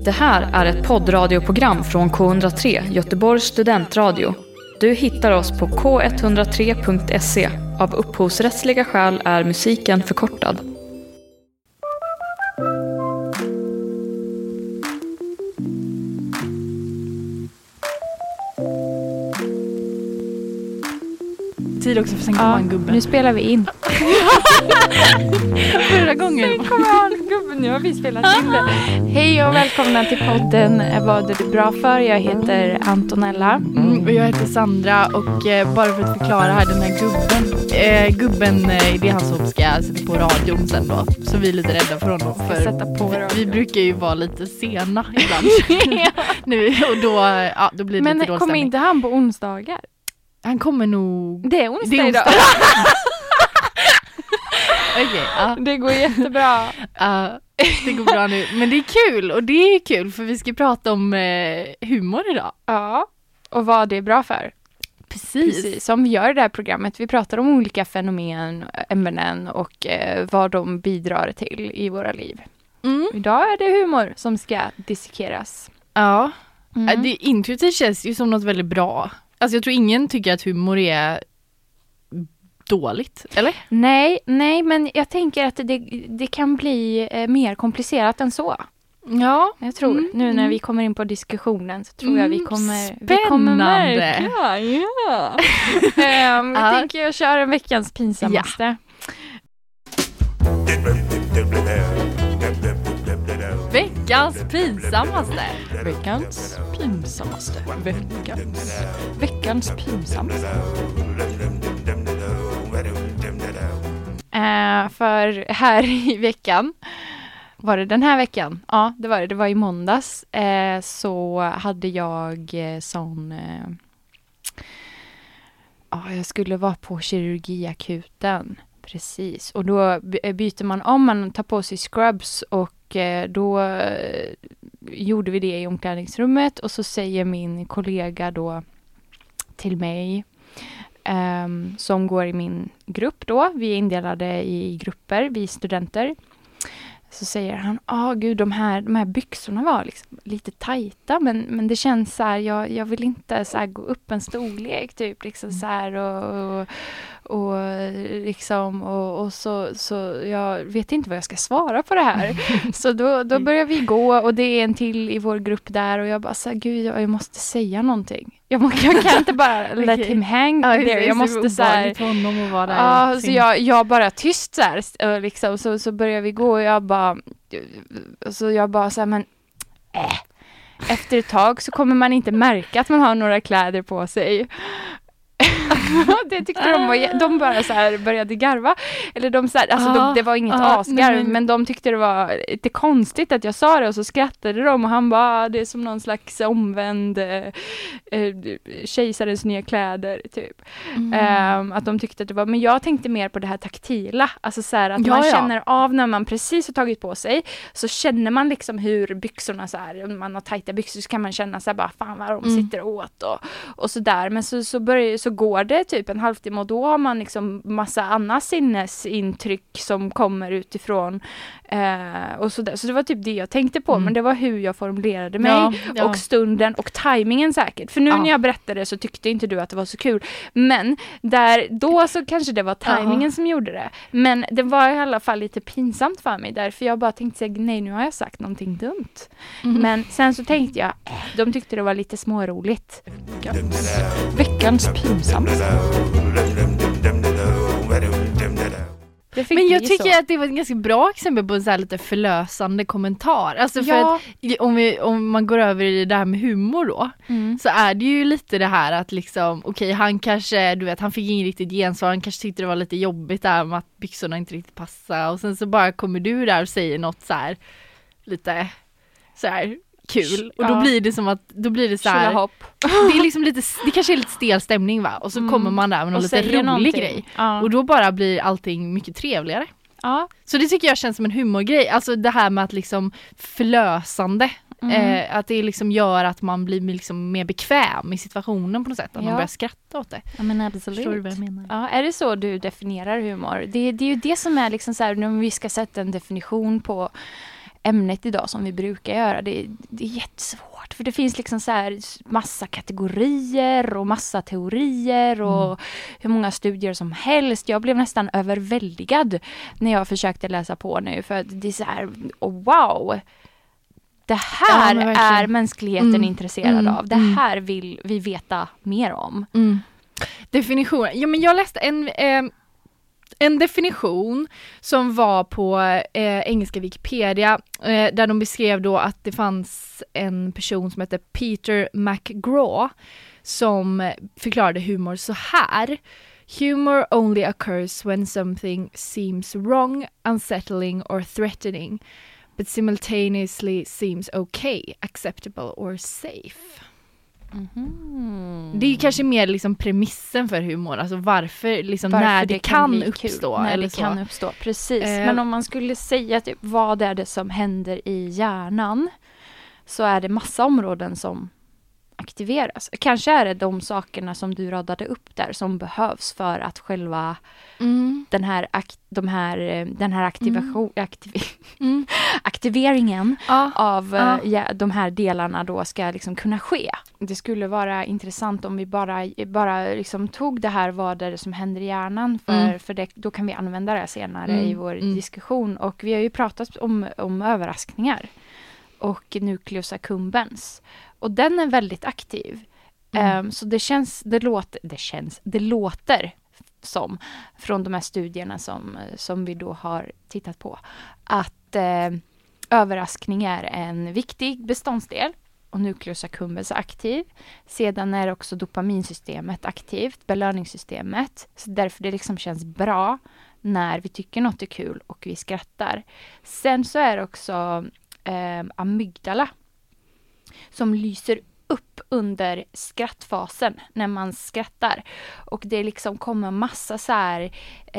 Det här är ett poddradioprogram från K103, Göteborgs studentradio. Du hittar oss på k103.se. Av upphovsrättsliga skäl är musiken förkortad. Tid också för sen kommer han gubben. Nu spelar vi in. Förra gången. Sen kommer han gubben. Nu har vi spelat in det. Hej och välkomna till podden Vad är det bra för? Jag heter Antonella. Och jag heter Sandra. Och bara för att förklara här, den här gubben, det är han som ska sätta på radion sen då. Så vi är lite rädda för honom. För vi brukar ju vara lite sena ibland. Nu, och då blir det men lite kommer inte han på onsdagar? Han kommer nog... Det är onsdag idag. Okej, Det går jättebra. Det går bra nu. Men det är kul. Och det är kul för vi ska prata om humor idag. Ja, och vad det är bra för. Precis, som vi gör i det här programmet. Vi pratar om olika fenomen, ämnen och vad de bidrar till i våra liv. Idag är det humor som ska dissekeras. Ja, det intuitivt känns ju som något väldigt bra. Alltså jag tror ingen tycker att humor är dåligt, eller? Nej, men jag tänker att det kan bli mer komplicerat än så. Ja. Jag tror, nu när vi kommer in på diskussionen så tror jag vi kommer märka. Ja. Jag tänker jag kör en veckans pinsammaste. Ja. Veckans pinsammaste. För här i veckan, var det den här veckan? Ja, det var det. Det var i måndags. Så hade jag jag skulle vara på kirurgiakuten. Precis. Och då byter man tar på sig scrubs och då gjorde vi det i omklädningsrummet och så säger min kollega då till mig som går i min grupp då, vi är indelade i grupper, vi studenter, så säger han, gud de här byxorna var liksom lite tajta men det känns så här, jag vill inte så här gå upp en storlek typ liksom så här och så jag vet inte vad jag ska svara på det här. Så då börjar vi gå och det är en till i vår grupp där och jag bara så här, gud jag måste säga någonting. Jag kan inte bara let him hang there. Jag måste så här, så jag bara tyst så här, liksom, så börjar vi gå och jag bara så här, men efter ett tag så kommer man inte märka att man har några kläder på sig. Det tyckte de bara så här började garva eller de så här, det var inget asgarv men de tyckte det var lite konstigt att jag sa det och så skrattade de och han bara det är som någon slags omvänd kejsarens nya kläder typ. Att de tyckte att det var, men jag tänkte mer på det här taktila, alltså så här, att man känner av när man precis har tagit på sig så känner man liksom hur byxorna så här, om man har tajta byxor så kan man känna så här, bara fan vad de sitter åt och så där, men så går det typ en halvtimme och då har man liksom massa annat sinnesintryck som kommer utifrån och så där. Så det var typ det jag tänkte på, men det var hur jag formulerade mig och stunden och tajmingen säkert. För nu när jag berättade så tyckte inte du att det var så kul. Men då så kanske det var tajmingen som gjorde det. Men det var i alla fall lite pinsamt för mig därför jag bara tänkte säga, nej nu har jag sagt någonting dumt. Men sen så tänkte jag, de tyckte det var lite småroligt. Veckans pinsamt. Men jag tycker att det var ett ganska bra exempel på en så här lite förlösande kommentar. Alltså för att om man går över i det här med humor då så är det ju lite det här att liksom okej, han kanske, du vet, han fick ingen riktigt gensvar, han kanske tyckte det var lite jobbigt där med att byxorna inte riktigt passade och sen så bara kommer du där och säger något så här lite så här kul och då blir det som att då blir det så här det är liksom lite, det kanske är lite stel stämning va och så kommer man där med någon lite rolig grej och då bara blir allting mycket trevligare. Så det tycker jag känns som en humorgrej, alltså det här med att liksom förlösande att det liksom gör att man blir liksom mer bekväm i situationen på något sätt, att man börjar skratta åt det. Ja men absolut. Förstår du vad jag menar? Ja, är det så du definierar humor? Det är ju det som är liksom så här, när vi ska sätta en definition på ämnet idag som vi brukar göra. Det är jättesvårt för det finns liksom så här massa kategorier och massa teorier och hur många studier som helst. Jag blev nästan överväldigad när jag försökte läsa på nu för att det är så här, wow! Det här är mänskligheten intresserad av. Det här vill vi veta mer om. Definition. Ja, men jag läste en definition som var på engelska Wikipedia där de beskrev då att det fanns en person som heter Peter McGraw som förklarade humor så här. Humor only occurs when something seems wrong, unsettling or threatening, but simultaneously seems okay, acceptable or safe. Det är ju kanske mer liksom premissen för humor, alltså varför liksom när det kan uppstå. När det kan uppstå, precis. Men om man skulle säga typ, vad är det som händer i hjärnan, så är det massa områden som aktiveras. Kanske är det de sakerna som du radade upp där som behövs för att själva den här aktiveringen av de här delarna då ska liksom kunna ske. Det skulle vara intressant om vi bara liksom tog det här, vad är det som händer i hjärnan, för det, då kan vi använda det senare i vår diskussion. Och vi har ju pratat om överraskningar och nucleus accumbens. Och den är väldigt aktiv. Så det låter som från de här studierna som vi då har tittat på att överraskning är en viktig beståndsdel och nucleus accumbens är aktiv. Sedan är också dopaminsystemet aktivt, belöningssystemet. Så därför det liksom känns bra när vi tycker något är kul och vi skrattar. Sen så är det också amygdala som lyser upp under skrattfasen när man skrattar. Och det liksom kommer massa så här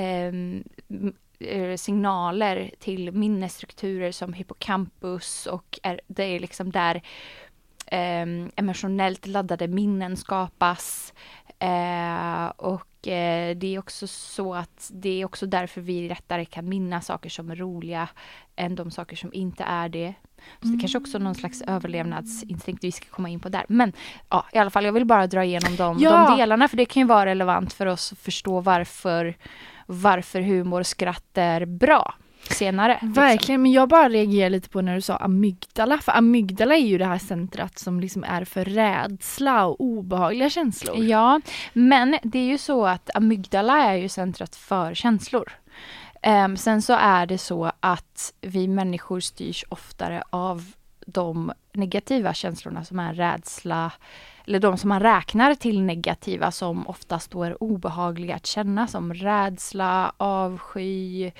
signaler till minnesstrukturer som hippocampus, och det är liksom där emotionellt laddade minnen skapas. Och det är också så att det är också därför vi lättare kan minnas saker som är roliga än de saker som inte är det. Så det kanske också är någon slags överlevnadsinstinkt vi ska komma in på där. Men ja, i alla fall, jag vill bara dra igenom de delarna, för det kan ju vara relevant för oss att förstå varför humor och skratt är bra senare. Verkligen, liksom. Men jag bara reagerar lite på när du sa amygdala. För amygdala är ju det här centrat som liksom är för rädsla och obehagliga känslor. Ja, men det är ju så att amygdala är ju centrat för känslor. Sen så är det så att vi människor styrs oftare av de negativa känslorna som är rädsla, eller de som man räknar till negativa, som oftast då är obehagliga att känna, som rädsla, avsky,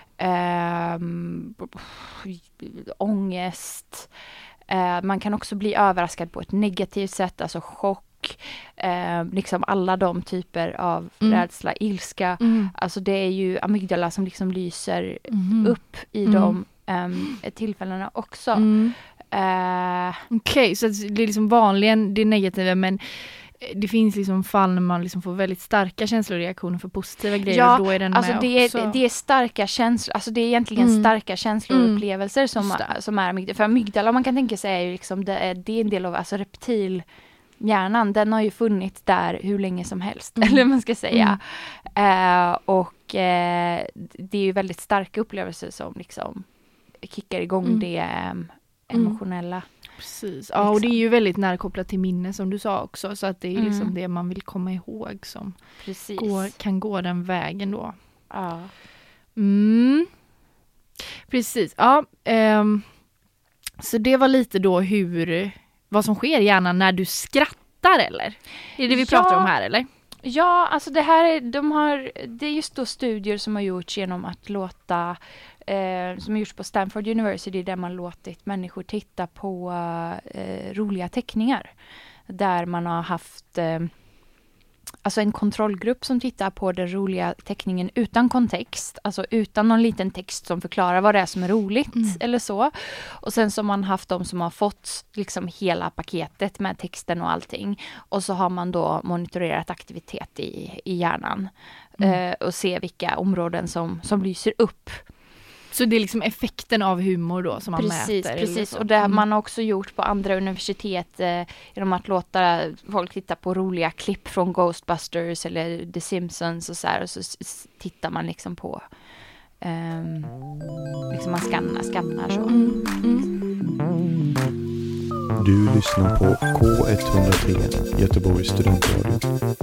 ångest. Man kan också bli överraskad på ett negativt sätt, alltså chock. Liksom alla de typer av rädsla, ilska. Alltså det är ju amygdala som liksom lyser upp i de tillfällena också. Okej, så det är liksom vanligen det negativa, men det finns liksom fall när man liksom får väldigt starka känsloreaktioner för positiva grejer. Ja, och då är den alltså med det också. Det är starka känslor, alltså det är egentligen starka känsloupplevelser som är amygdala. För amygdala, man kan tänka sig, är ju liksom det är en del av alltså reptilhjärnan. Den har ju funnits där hur länge som helst, eller man ska säga. Det är ju väldigt starka upplevelser som liksom kickar igång det emotionella. Precis. Ja, och det är ju väldigt närkopplat till minne som du sa också, så att det är liksom det man vill komma ihåg som kan gå den vägen då. Ja. Precis. Ja, så det var lite då vad som sker i hjärnan när du skrattar, eller? Är det vi pratar om här, eller? Ja, alltså det här det är just då studier som har gjorts genom att låta som har gjorts på Stanford University, där man låtit människor titta på roliga teckningar. Där man har haft alltså en kontrollgrupp som tittar på den roliga teckningen utan kontext, alltså utan någon liten text som förklarar vad det är som är roligt eller så. Och sen så har man haft de som har fått liksom hela paketet med texten och allting. Och så har man då monitorerat aktivitet i hjärnan och se vilka områden som lyser upp. Så det är liksom effekten av humor då som man mäter? Precis, och det har man också gjort på andra universitet genom att låta folk titta på roliga klipp från Ghostbusters eller The Simpsons och så här, och så tittar man liksom på liksom man skannar så. Du lyssnar på K103, Göteborgs studentradio.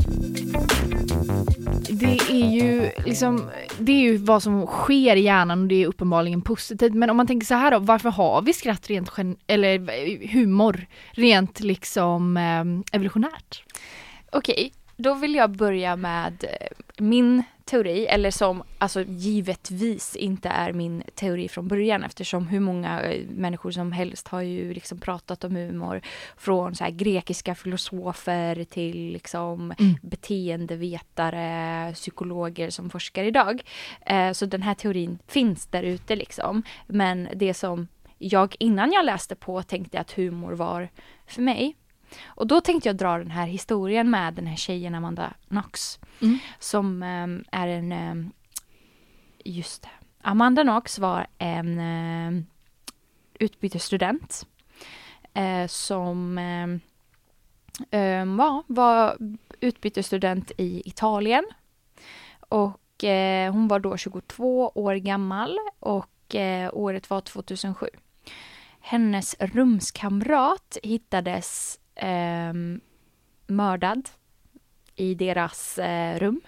Det är ju vad som sker i hjärnan och det är uppenbarligen positivt. Men om man tänker så här då, varför har vi skratt eller humor rent liksom evolutionärt? Okej, då vill jag börja med min teori, eller som alltså givetvis inte är min teori från början, eftersom hur många människor som helst har ju liksom pratat om humor, från så här grekiska filosofer till liksom beteendevetare, psykologer som forskar idag. Så den här teorin finns där ute liksom, men det som jag innan jag läste på tänkte att humor var för mig. Och då tänkte jag dra den här historien med den här tjejen Amanda Knox. Som är en... just det. Amanda Knox var en utbytesstudent som var utbytesstudent i Italien. Och hon var då 22 år gammal och året var 2007. Hennes rumskamrat hittades mördad i deras rum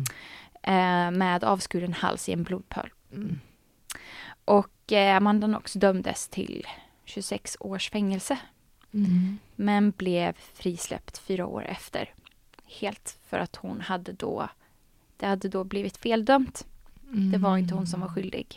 med avskuren hals i en blodpöl. Och Amanda Knox dömdes till 26 års fängelse. Men blev frisläppt 4 år efter. Helt för att det hade då blivit feldömt. Det var inte hon som var skyldig.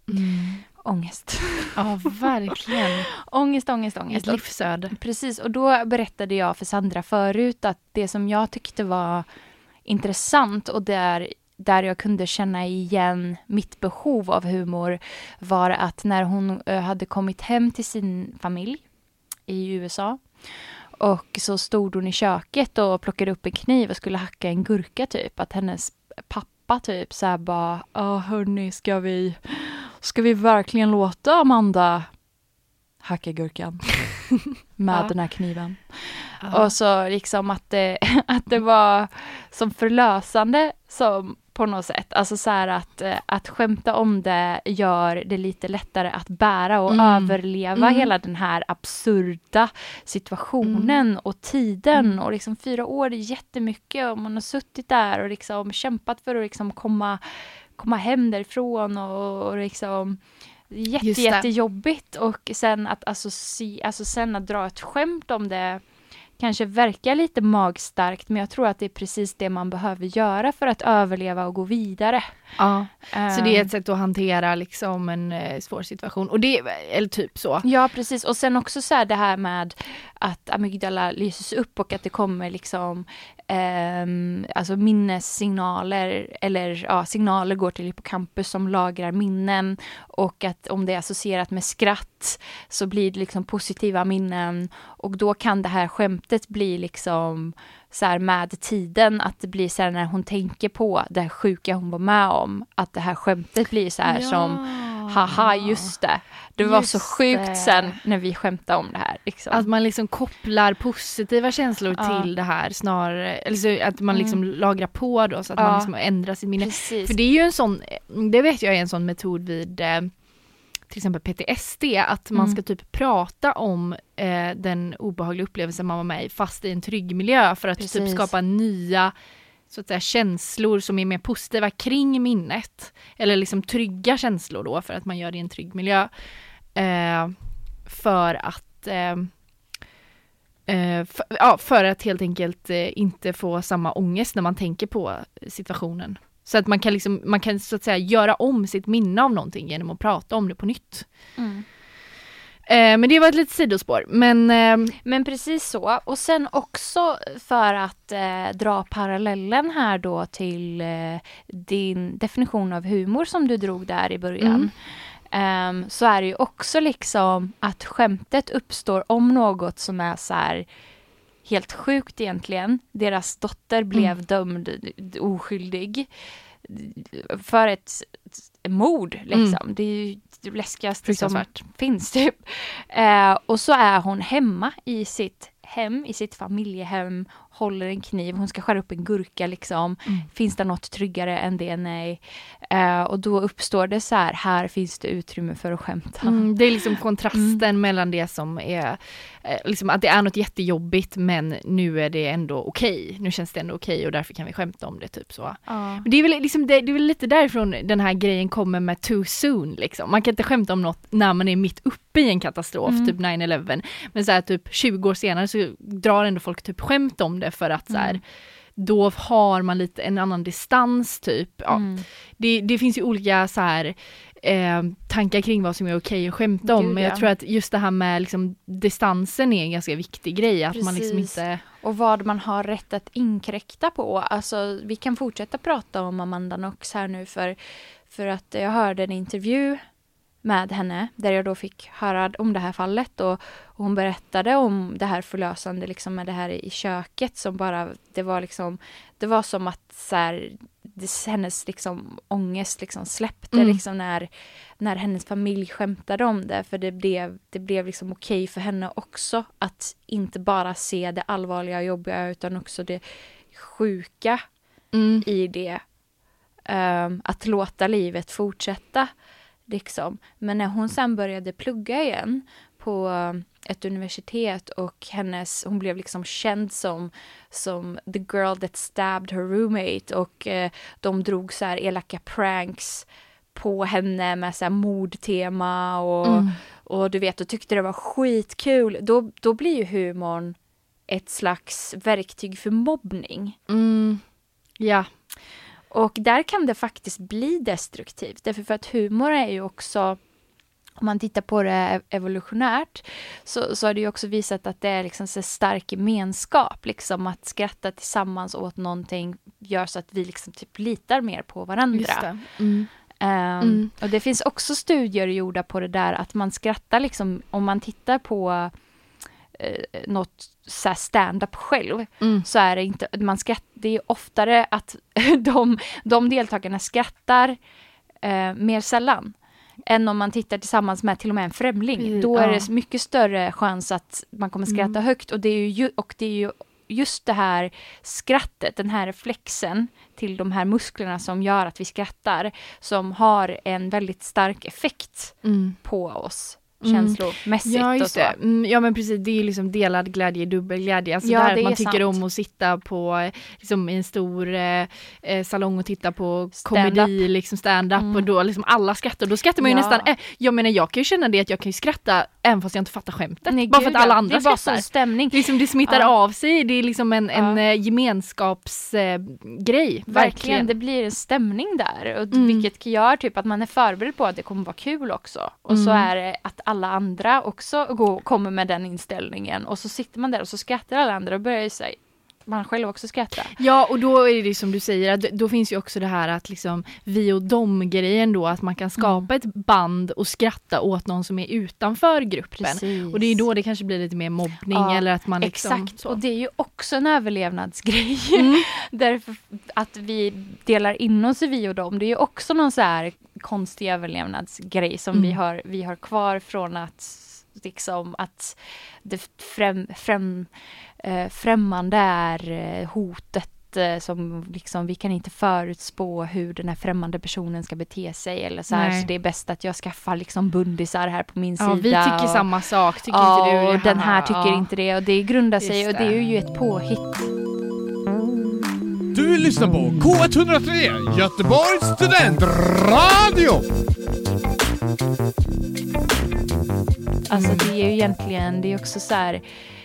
Ångest. Ja, verkligen. ångest. Ett livsöde. Precis, och då berättade jag för Sandra förut att det som jag tyckte var intressant och där jag kunde känna igen mitt behov av humor var att när hon hade kommit hem till sin familj i USA och så stod hon i köket och plockade upp en kniv och skulle hacka en gurka typ, att hennes pappa typ så här bara, hörni, ska vi verkligen låta Amanda hacka gurkan med den här kniven? Och så liksom att det var som förlösande som på något sätt. Alltså så här att skämta om det gör det lite lättare att bära och överleva hela den här absurda situationen och tiden. Och liksom 4 år är jättemycket och man har suttit där och liksom kämpat för att liksom komma hem därifrån och liksom jättejobbigt. Och sen att sen att dra ett skämt om det kanske verkar lite magstarkt, men jag tror att det är precis det man behöver göra för att överleva och gå vidare. Ja, så det är ett sätt att hantera liksom en svår situation. Och det eller typ så. Ja, precis. Och sen också så här det här med att amygdala lyses upp och att det kommer liksom alltså minnessignaler eller signaler går till hippocampus som lagrar minnen, och att om det är associerat med skratt så blir det liksom positiva minnen, och då kan det här skämtet bli liksom så här med tiden, att det blir så här när hon tänker på det här sjuka hon var med om, att det här skämtet blir så här som haha, just det. Det var så sjukt sen när vi skämtade om det här. Liksom. Att man liksom kopplar positiva känslor till det här snarare. Eller så att man liksom lagrar på då så att man liksom ändrar sitt minne. Precis. För det är ju en sån, det vet jag är en sån metod vid till exempel PTSD, att man ska typ prata om den obehagliga upplevelsen man var med i fast i en trygg miljö för att typ skapa nya så att säga känslor som är mer positiva kring minnet, eller liksom trygga känslor då för att man gör det i en trygg miljö för att helt enkelt inte få samma ångest när man tänker på situationen. Så att man kan så att säga göra om sitt minne av någonting genom att prata om det på nytt. Men det var ett litet sidospår. Men precis så. Och sen också för att dra parallellen här då till din definition av humor som du drog där i början. Så är det ju också liksom att skämtet uppstår om något som är så här helt sjukt egentligen. Deras dotter blev dömd oskyldig. för ett mord liksom. Det är ju det läskigaste som finns typ. Och så är hon hemma i sitt familjehem, håller en kniv, hon ska skära upp en gurka liksom. Finns det något tryggare än det? Nej. Och då uppstår det så här finns det utrymme för att skämta. Det är liksom kontrasten mellan det som är liksom att det är något jättejobbigt, men nu är det ändå okej. Nu känns det ändå okej och därför kan vi skämta om det typ så. Men det är väl liksom det är väl lite därifrån den här grejen kommer med too soon liksom. Man kan inte skämta om något när man är mitt uppe i en katastrof, typ 9/11. Men så här typ 20 år senare så drar ändå folk typ skämt om det för att så här, då har man lite en annan distans typ. Ja. Det finns ju olika så här tankar kring vad som är okej att skämta om, men jag tror att just det här med liksom, distansen är en ganska viktig grej. Att man liksom inte... Och vad man har rätt att inkräkta på. Alltså, vi kan fortsätta prata om Amanda Knox här nu för att jag hörde en intervju med henne där jag då fick höra om det här fallet och hon berättade om det här förlösande liksom med det här i köket som bara, det var som att så här, hennes liksom ångest liksom släppte liksom när hennes familj skämtade om det, för det blev liksom okej för henne också att inte bara se det allvarliga och jobbiga utan också det sjuka i det, att låta livet fortsätta liksom. Men när hon sen började plugga igen på ett universitet och hon blev liksom känd som the girl that stabbed her roommate och de drog så här elaka pranks på henne med så här mordtema och du vet, och tyckte det var skitkul. Då blir ju humorn ett slags verktyg för mobbning. Ja. Och där kan det faktiskt bli destruktivt. Därför för att humor är ju också, om man tittar på det evolutionärt, så har det ju också visat att det är liksom så stark gemenskap. Liksom att skratta tillsammans åt någonting gör så att vi liksom typ litar mer på varandra. Just det. Och det finns också studier gjorda på det där att man skrattar liksom, om man tittar på något så här stand-up själv så är det inte, det är oftare att de deltagarna skrattar mer sällan än om man tittar tillsammans med till och med en främling. Då är det mycket större chans att man kommer skratta högt, och det är ju just det här skrattet, den här reflexen till de här musklerna som gör att vi skrattar, som har en väldigt stark effekt på oss känslomässigt. Ja, och så. Ja, men precis, det är liksom delad glädje, dubbelglädje. Alltså där man tycker om att sitta på liksom, i en stor salong och titta på komedi, liksom stand-up och då liksom alla skrattar. Då skrattar man ju nästan. Jag menar, jag kan ju känna det att jag kan ju skratta även fast jag inte fattar skämtet. Nej, bara för att alla andra skrattar. skrattar. Det är bara stämning. Det smittar av sig. Det är liksom en gemenskapsgrej. Verkligen. Det blir en stämning där. Och vilket gör typ att man är förberedd på att det kommer vara kul också. Och så är det att alla andra också kommer med den inställningen. Och så sitter man där och så skrattar alla andra och börjar sig man själv också skrattar. Ja, och då är det som du säger, att då finns ju också det här att liksom vi och dem-grejen då, att man kan skapa ett band och skratta åt någon som är utanför gruppen. Precis. Och det är då det kanske blir lite mer mobbning eller att man liksom... Exakt, så. Och det är ju också en överlevnadsgrej. Därför att vi delar in oss i vi och dem. Det är ju också någon så här konstig överlevnadsgrej som vi har kvar från att liksom att det främmande är hotet som liksom vi kan inte förutspå hur den här främmande personen ska bete sig eller så här, så det är bäst att jag skaffar liksom bundisar här på min sida. Vi tycker samma sak, tycker inte du? Och den här tycker inte det, och det grundar sig, och det är ju ett påhitt. Du lyssnar på K103, Göteborgs studentradio. Alltså det är ju egentligen, det är också så här,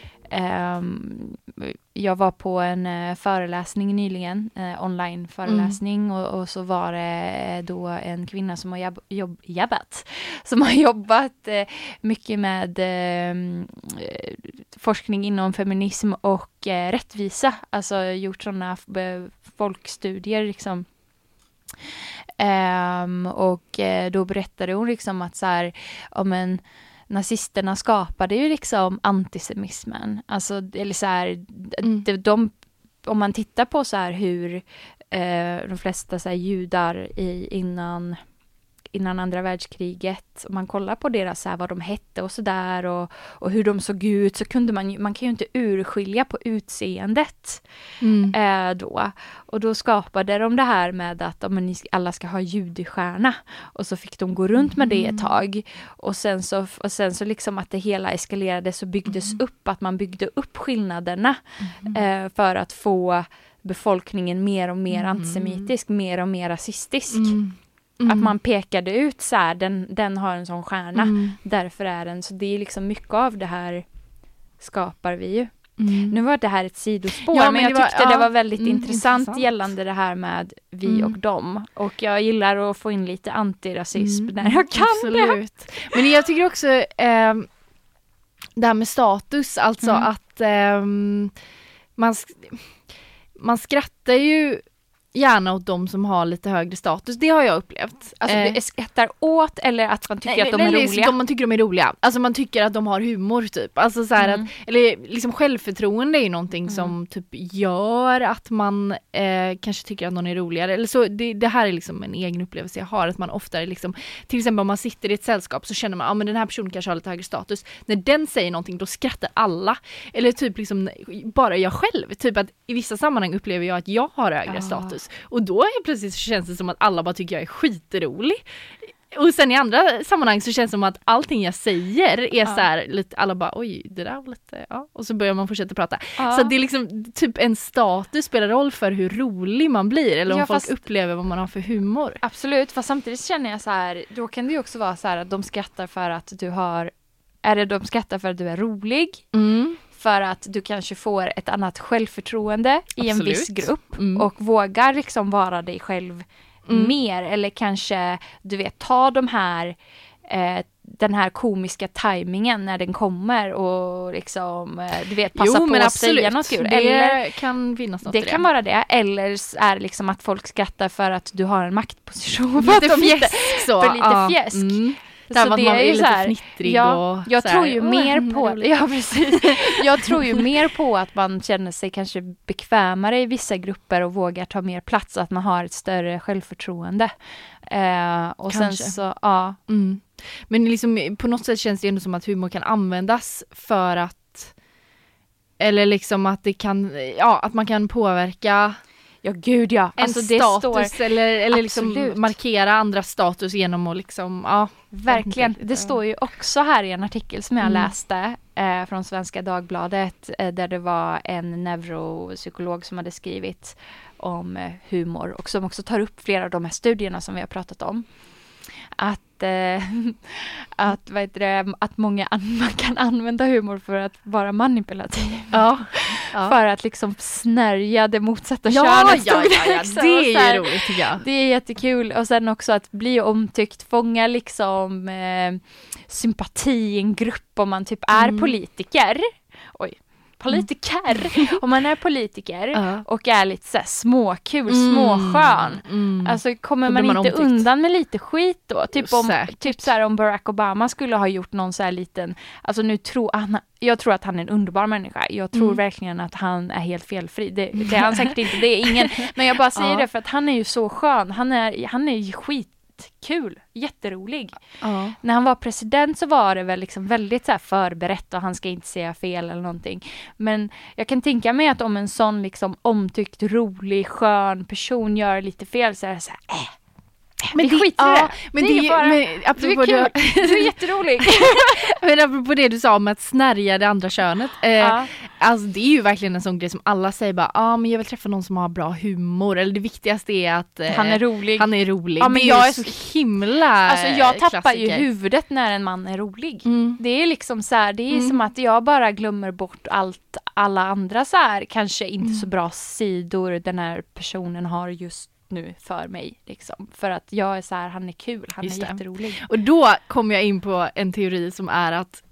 jag var på en föreläsning nyligen, online föreläsning, och så var det då en kvinna som har jobbat mycket med forskning inom feminism och rättvisa, alltså gjort sådana folkstudier liksom. Och då berättade hon liksom att så här, nazisterna skapade ju liksom antisemitismen. Alltså, eller så här, om man tittar på så här hur de flesta så här, judar innan andra världskriget. Om man kollar på deras, så här, vad de hette och sådär och hur de såg ut, så kunde man kan ju inte urskilja på utseendet då. Och då skapade de det här med att alla ska ha judestjärna. Och så fick de gå runt med det ett tag. Och sen så liksom att det hela eskalerade, så byggdes upp, att man byggde upp skillnaderna för att få befolkningen mer och mer antisemitisk, mer och mer rasistisk. Att man pekade ut så här, den har en sån stjärna, därför är den. Så det är liksom mycket av det här skapar vi ju. Nu var det här ett sidospår, men jag tyckte det var väldigt intressant gällande det här med vi och dem. Och jag gillar att få in lite antirasism när jag kan. Absolut. Det. Men jag tycker också det här med status, alltså att man skrattar ju gärna åt de som har lite högre status. Det har jag upplevt. Alltså du skrattar åt, eller att man tycker att de är roliga? Man tycker de är roliga. Alltså man tycker att de har humor typ. Alltså så här att, eller liksom självförtroende är ju någonting som typ gör att man kanske tycker att någon är roligare. Eller så, det här är liksom en egen upplevelse jag har. Att man oftare liksom, till exempel om man sitter i ett sällskap så känner man, men den här personen kanske har lite högre status. När den säger någonting, då skrattar alla. Eller typ liksom bara jag själv. Typ att i vissa sammanhang upplever jag att jag har högre status. Och då plötsligt känns det som att alla bara tycker jag är skitrolig. Och sen i andra sammanhang så känns det som att allting jag säger är så här lite, alla bara oj, det där var lite, och så börjar man fortsätta prata. Så det är liksom typ en status spelar roll för hur rolig man blir, eller om folk upplever vad man har för humor. Absolut, fast samtidigt känner jag så här, då kan det ju också vara så här att de skrattar för att du har, de skrattar för att du är rolig. För att du kanske får ett annat självförtroende i en viss grupp och vågar liksom vara dig själv mer, eller kanske du vet ta de här den här komiska tajmingen när den kommer och liksom du vet passa på att säga något kul. Det kan finnas något. Det kan vara det, eller är det liksom att folk skrattar för att du har en maktposition, lite fjäsk så. För lite fjäsk. Så det är ju lite fnittrig jag tror ju mer på precis. Jag tror ju mer på att man känner sig kanske bekvämare i vissa grupper och vågar ta mer plats, att man har ett större självförtroende. Och kanske. Sen så Men liksom, på något sätt känns det ändå som att humor kan användas för att, eller liksom att det kan, att man kan påverka. Ja, gud ja. En alltså, status det eller liksom markera andras status genom att liksom, verkligen. Det står ju också här i en artikel som jag läste från Svenska Dagbladet där det var en neuropsykolog som hade skrivit om humor och som också tar upp flera av de här studierna som vi har pratat om. Att man kan använda humor för att vara manipulativ. För att liksom snärja det motsatta könet. Det är ju roligt tycker jag. Det är jättekul. Och sen också att bli omtyckt, fånga liksom sympati i en grupp om man typ är politiker. Om man är politiker och är lite så här småkul, småskön. Alltså kommer man inte undan med lite skit då? Typ så här om Barack Obama skulle ha gjort någon så här liten, alltså jag tror att han är en underbar människa. Jag tror verkligen att han är helt felfri. Det är han säkert inte, det är ingen. Men jag bara säger det för att han är ju så skön. Han är skitkul, jätterolig. När han var president så var det väl liksom väldigt så här förberett och han ska inte säga fel eller någonting. Men jag kan tänka mig att om en sån liksom omtyckt, rolig, skön person gör lite fel så är det så här, men det skiter det. Men det är apropå du är jätterolig. Men apropå det du sa om att snärja det andra könet. Alltså det är ju verkligen en sån grej som alla säger bara, men jag vill träffa någon som har bra humor. Eller det viktigaste är att han är rolig. Ja, men jag är så himla alltså jag tappar klassiker. ju huvudet när en man är rolig. Det är liksom så här, det är som att jag bara glömmer bort alla andra så här, kanske inte så bra sidor den här personen har just nu för mig liksom. För att jag är så här, han är kul, han är jätterolig. Och då kommer jag in på en teori som är att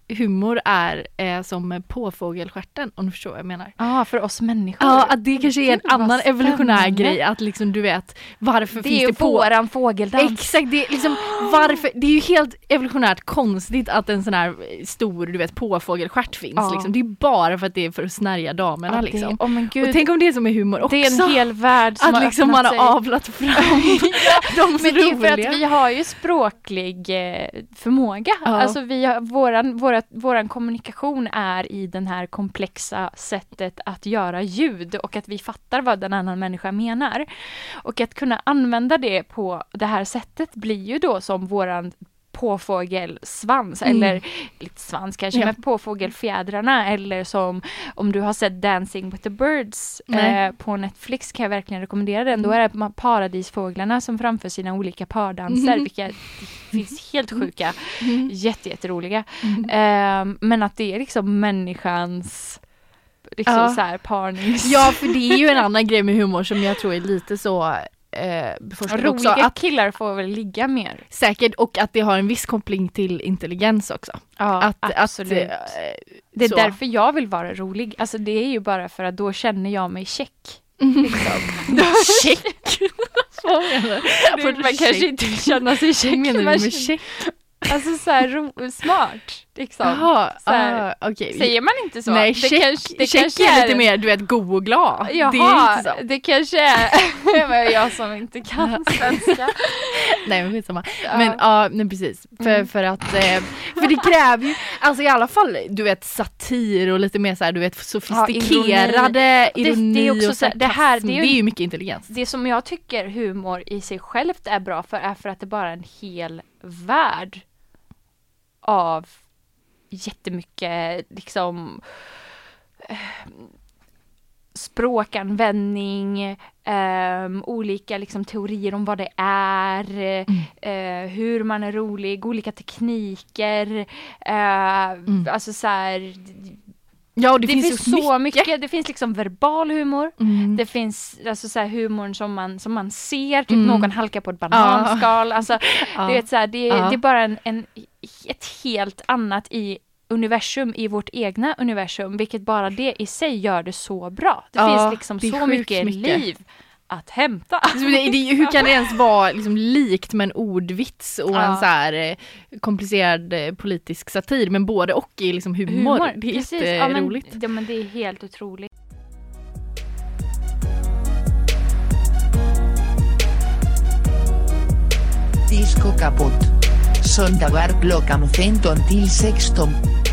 humor är som påfågelstjärten, om du förstår vad jag menar. Ja, för oss människor. Ja, att det kanske är en annan evolutionär grej, att liksom du vet, varför det finns är det på... våran fågeldans. Exakt, det är liksom varför, det är ju helt evolutionärt konstigt att en sån här stor, du vet, påfågelstjärt finns liksom. Det är bara för att det är för att snärja damerna liksom. Och tänk om det är som är humor också. Det är en hel värld som att liksom man har avlat fram de men det är för att vi har ju språklig förmåga. Alltså vi har, våran kommunikation är i den här komplexa sättet att göra ljud och att vi fattar vad den annan människa menar. Och att kunna använda det på det här sättet blir ju då som våran påfågelsvans eller lite svans kanske med påfågelfjädrarna, eller som om du har sett Dancing with the Birds på Netflix, kan jag verkligen rekommendera den. Då är det paradisfåglarna som framför sina olika pardanser, vilka finns helt sjuka, jätteroliga. Men att det är liksom människans liksom så här parnings. Ja, för det är ju en annan grej med humor som jag tror är lite så roliga också, att killar får väl ligga mer. Säkert, och att det har en viss koppling till intelligens också. Ja, absolut. Det är därför jag vill vara rolig. Alltså det är ju bara för att då känner jag mig check. Liksom. Check? Man kanske inte vill känna sig check. Menar du med check? Alltså så här smart liksom. Jaha, okay. Säger man inte så? Nej, check är lite mer, du vet, god och glad. Jaha, det är inte så. Det kanske är jag som inte kan svenska. Nej, men skitsamma. Men nej, precis. För att för det kräver ju, alltså i alla fall, du vet, satir och lite mer så här, du vet, sofistikerade ironi det är också och så, det är ju mycket intelligens. Det som jag tycker humor i sig självt är bra för är för att det bara är en hel värld av jättemycket liksom språkanvändning, olika liksom teorier om vad det är, hur man är rolig, olika tekniker, alltså så här. Ja, och det finns så mycket. Det finns liksom verbal humor. Det finns alltså så här humorn som man ser, typ någon halkar på ett bananskal. Alltså du vet så här, det är bara ett helt annat i universum, i vårt egna universum, vilket bara det i sig gör det så bra. Det finns liksom så mycket liv att hämta. Hur kan det ens vara liksom likt med en ordvits och en så här komplicerad politisk satir, men både och i liksom humor. Det är jätteroligt. Men det är helt otroligt. Disco kaputt. Söndagar klockan 15 till 16.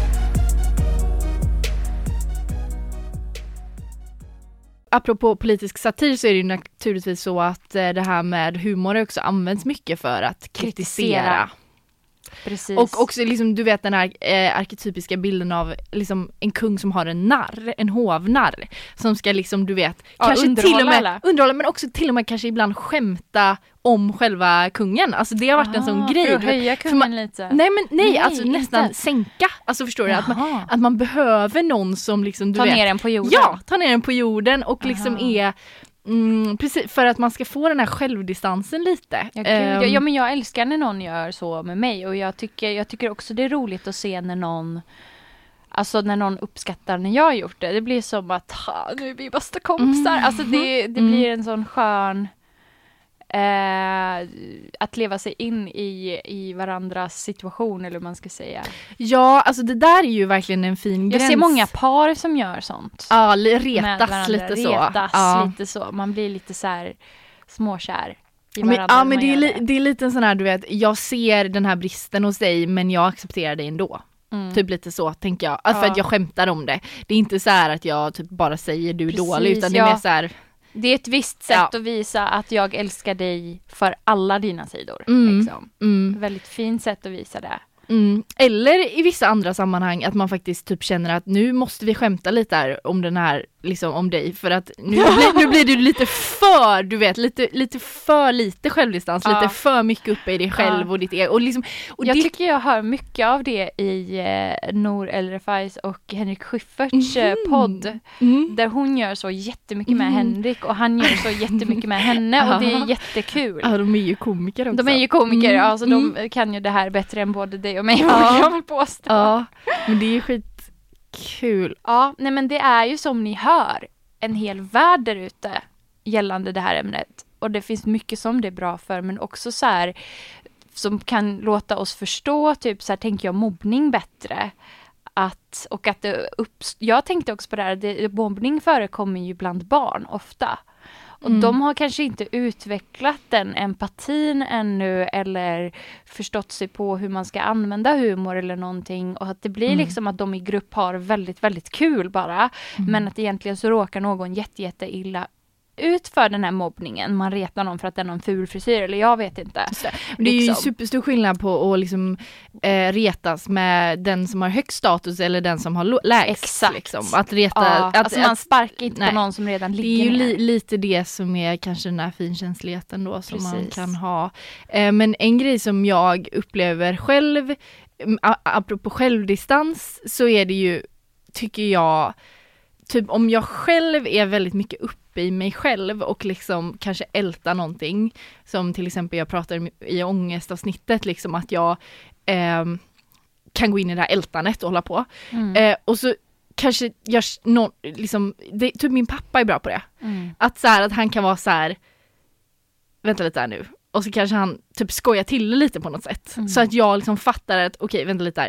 Apropå politisk satir så är det ju naturligtvis så att det här med humor också används mycket för att kritisera. Precis. Och också liksom, du vet den här arketypiska bilden av liksom en kung som har en hovnarr som ska liksom, du vet, kanske till och med underhålla, men också till och med kanske ibland skämta om själva kungen. Alltså det har varit en sån grej. För att höja kungen lite. Nej, alltså nästan sänka. Alltså förstår du att man behöver någon som liksom, ta ner den på jorden. Ja, ta ner den på jorden och liksom är precis, för att man ska få den här självdistansen lite. Ja, men jag älskar när någon gör så med mig, och jag tycker också det är roligt att se när någon uppskattar när jag har gjort det. Det blir som att nu är vi bästa kompisar. Alltså det blir en sån skön att leva sig in i varandras situation, eller vad man ska säga. Ja, alltså det där är ju verkligen en fin gräns. Jag ser många par som gör sånt. Ja, retas lite så. Man blir lite så här småkär i varandra. Ja, men det är lite en sån här, du vet, jag ser den här bristen hos dig, men jag accepterar det ändå. Typ lite så tänker jag. För att jag skämtar om det. Det är inte så här att jag typ bara säger du är dålig, utan det är mer så här. Det är ett visst sätt att visa att jag älskar dig för alla dina sidor. Liksom. Väldigt fint sätt att visa det. Eller i vissa andra sammanhang att man faktiskt typ känner att nu måste vi skämta lite här om den här, liksom om dig, för att nu blir du lite för, du vet, lite för lite självdistans, lite för mycket uppe i dig själv och ditt ego. Och liksom, och jag tycker jag hör mycket av det i Nour El Refais och Henrik Schyfferts podd, där hon gör så jättemycket med Henrik och han gör så jättemycket med henne, och det är jättekul. Ja, de är ju komiker också. De är ju komiker, alltså de kan ju det här bättre än både dig och mig vad jag vill påstå. Ja, men det är ju skitkul. Ja, nej men det är ju som ni hör en hel värld där ute gällande det här ämnet. Och det finns mycket som det är bra för, men också så här som kan låta oss förstå typ så här, tänker jag, mobbning bättre. Jag tänkte också på det här, mobbning förekommer ju bland barn ofta. Och de har kanske inte utvecklat den empatin ännu eller förstått sig på hur man ska använda humor eller någonting. Och att det blir liksom att de i grupp har väldigt, väldigt kul bara. Men att egentligen så råkar någon jätte illa ut för den här mobbningen. Man retar någon för att den har en ful frisyr eller jag vet inte. Det är ju superstor skillnad på att liksom, retas med den som har högst status eller den som har lägst. Exakt. Liksom. Att reta, alltså man sparkar inte på någon som redan ligger ner. Det är ju lite det som är kanske den här finkänsligheten då som man kan ha. Men en grej som jag upplever själv, apropå självdistans, så är det ju, tycker jag, typ om jag själv är väldigt mycket uppe i mig själv och liksom kanske älta någonting, som till exempel jag pratar i ångestavsnittet, liksom att jag kan gå in i det här ältandet och hålla på. Och så kanske liksom, typ min pappa är bra på det. Att så här, att han kan vara så här, vänta lite här nu. Och så kanske han typ skojar till lite på något sätt. Så att jag liksom fattar att okej, vänta lite här,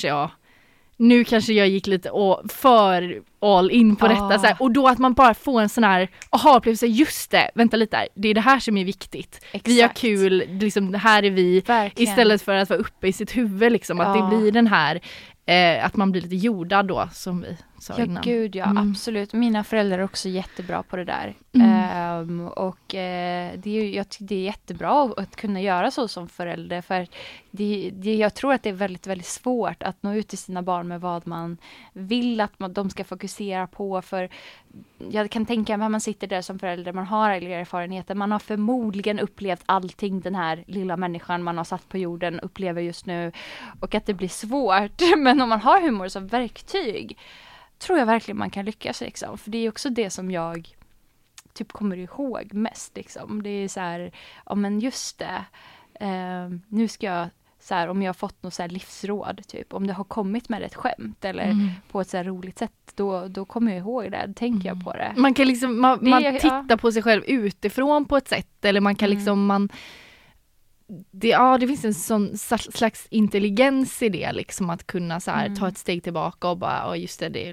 nu kanske jag gick lite för all in på detta. Så här. Och då att man bara får en sån här aha-upplevelse, just det, vänta lite där, det är det här som är viktigt. Exakt. Vi har kul, liksom, det här är vi. Verkligen. Istället för att vara uppe i sitt huvud. Liksom, att det blir den här, att man blir lite jordad då, som vi sa innan. Gud, absolut. Mina föräldrar är också jättebra på det där. Och det är jättebra att kunna göra så som förälder. För jag tror att det är väldigt, väldigt svårt att nå ut till sina barn med vad man vill att de ska fokusera på. För jag kan tänka mig att man sitter där som förälder, man har erfarenheter, man har förmodligen upplevt allting den här lilla människan man har satt på jorden upplever just nu. Och att det blir svårt. Men om man har humor som verktyg, tror jag verkligen man kan lyckas liksom. För det är också det som jag typ kommer ihåg mest liksom. Det är så här, ja men just det. Nu ska jag så här, om jag har fått något så här livsråd typ, om det har kommit med ett skämt eller på ett så här roligt sätt, då kommer jag ihåg det, då tänker jag på det. Man kan liksom, man tittar på sig själv utifrån på ett sätt, eller man kan liksom, det finns en sån slags intelligens i det, liksom att kunna så här, ta ett steg tillbaka och bara, just det är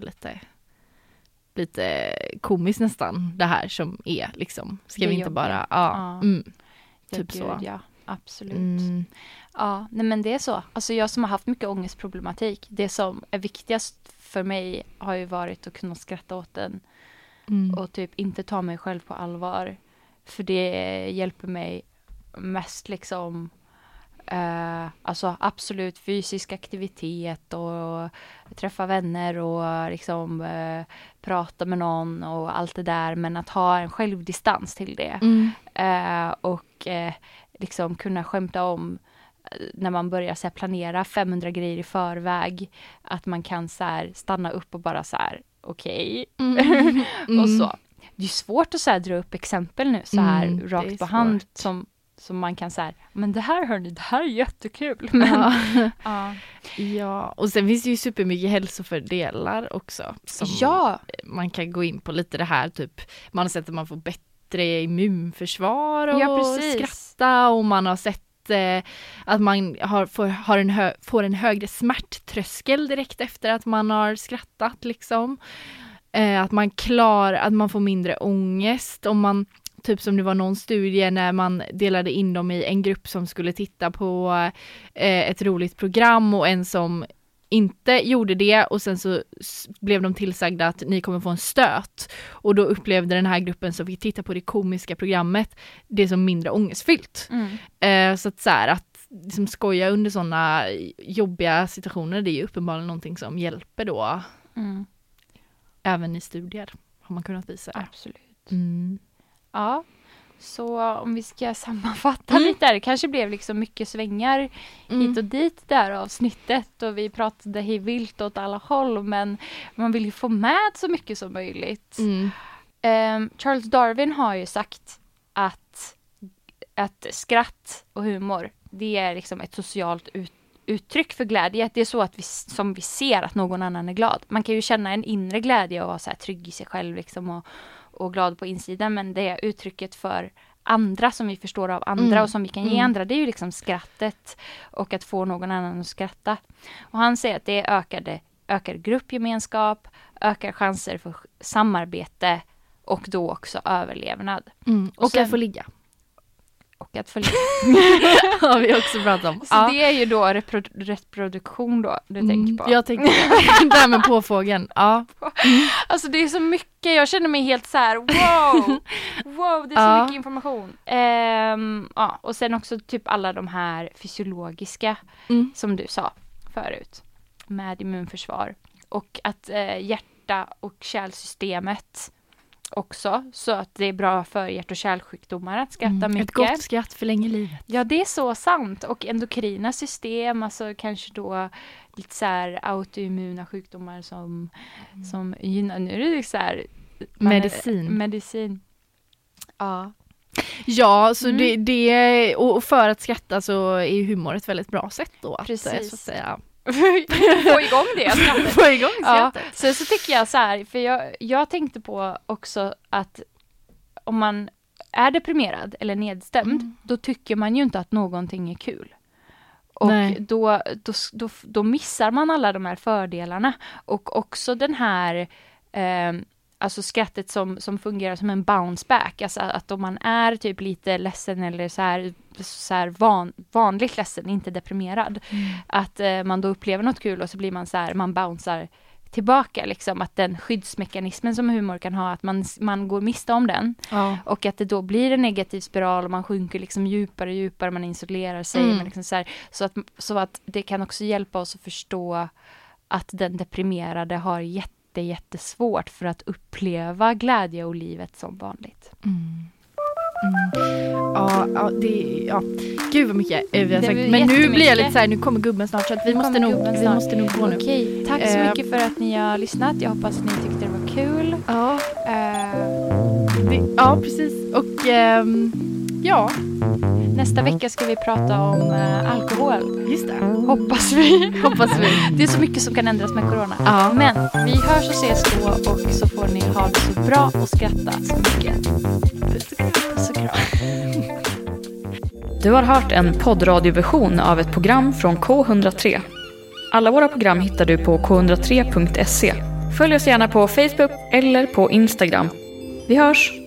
lite komiskt nästan det här som är liksom, ska vi inte bara typ så. Ja, absolut. Ja, nej men det är så. Alltså jag som har haft mycket ångestproblematik, det som är viktigast för mig har ju varit att kunna skratta åt den och typ inte ta mig själv på allvar. För det hjälper mig mest liksom, alltså absolut fysisk aktivitet och träffa vänner och liksom prata med någon och allt det där, men att ha en självdistans till det och liksom kunna skämta om när man börjar så här, planera 500 grejer i förväg, att man kan så här, stanna upp och bara så här, okej. Och så. Det är svårt att så här, dra upp exempel nu så här rakt på hand som man kan säga, men det här hörni, det här är jättekul. Men, ja, och sen finns det ju supermycket hälsofördelar också. Som man kan gå in på lite det här, typ man har sett att man får bättre immunförsvar och skratta, och man har sett att man får en högre smärttröskel direkt efter att man har skrattat liksom. Att man får mindre ångest om man, typ som det var någon studie när man delade in dem i en grupp som skulle titta på ett roligt program och en som inte gjorde det, och sen så blev de tillsagda att ni kommer få en stöt, och då upplevde den här gruppen som fick titta på det komiska programmet det som mindre ångestfyllt. Så att så här, att liksom skoja under sådana jobbiga situationer, det är ju uppenbarligen någonting som hjälper då. Även i studier har man kunnat visa. Absolut. Ja, så om vi ska sammanfatta lite där, det kanske blev liksom mycket svängar hit och dit där avsnittet, och vi pratade hej vilt åt alla håll, men man vill ju få med så mycket som möjligt. Charles Darwin har ju sagt att skratt och humor, det är liksom ett socialt uttryck för glädje. Det är så att vi ser att någon annan är glad. Man kan ju känna en inre glädje och vara så här trygg i sig själv liksom, och glad på insidan, men det är uttrycket för andra som vi förstår av andra och som vi kan ge andra, det är ju liksom skrattet och att få någon annan att skratta. Och han säger att det ökar gruppgemenskap, ökar chanser för samarbete och då också överlevnad. Och sen, att få ligga. Och att få ligga. Har vi också pratat om. Så det är ju då reproduktion då du tänker på. Jag tänker det. Det här med påfågeln. Ja. Alltså det är så mycket, jag känner mig helt så här: wow, det är så mycket information. Och sen också typ alla de här fysiologiska som du sa förut med immunförsvar. Och att hjärta- och kärlsystemet också, så att det är bra för hjärt- och kärlsjukdomar att skratta mycket. Ett gott skratt förlänger livet. Ja, det är så sant. Och endokrina system, alltså kanske då lite så här autoimmuna sjukdomar som gynnar. Nu är det så här medicin. Ja. Ja, så det och för att skratta så är ju humor ett väldigt bra sätt då. Precis. Så att säga. Få igång det. Få igång skrattet. Ja, så tycker jag så här, för jag tänkte på också att om man är deprimerad eller nedstämd, då tycker man ju inte att någonting är kul. Och då missar man alla de här fördelarna. Och också den här alltså skrattet som fungerar som en bounce back. Alltså att om man är typ lite ledsen eller så här vanligt ledsen, inte deprimerad. Att man då upplever något kul och så blir man så här, man bouncear tillbaka liksom. Att den skyddsmekanismen som humor kan ha, att man går miste om den. Ja. Och att det då blir en negativ spiral och man sjunker liksom djupare och djupare, man isolerar sig. Men liksom så här, så att det kan också hjälpa oss att förstå att den deprimerade har jättesvårt för att uppleva glädje och livet som vanligt. Ja, gud vad mycket vi har sagt. Men nu blir jag lite så här, nu kommer gubben snart, så att vi måste nog gå nu. Okej, tack så mycket för att ni har lyssnat. Jag hoppas att ni tyckte det var kul. Ja, precis. Och nästa vecka ska vi prata om alkohol. Just det. Hoppas vi. Det är så mycket som kan ändras med corona. Ja. Men vi hörs och ses då, och så får ni ha det så bra och skratta så mycket. Puss och kram. Du har hört en poddradioversion av ett program från K103. Alla våra program hittar du på k103.se. Följ oss gärna på Facebook eller på Instagram. Vi hörs!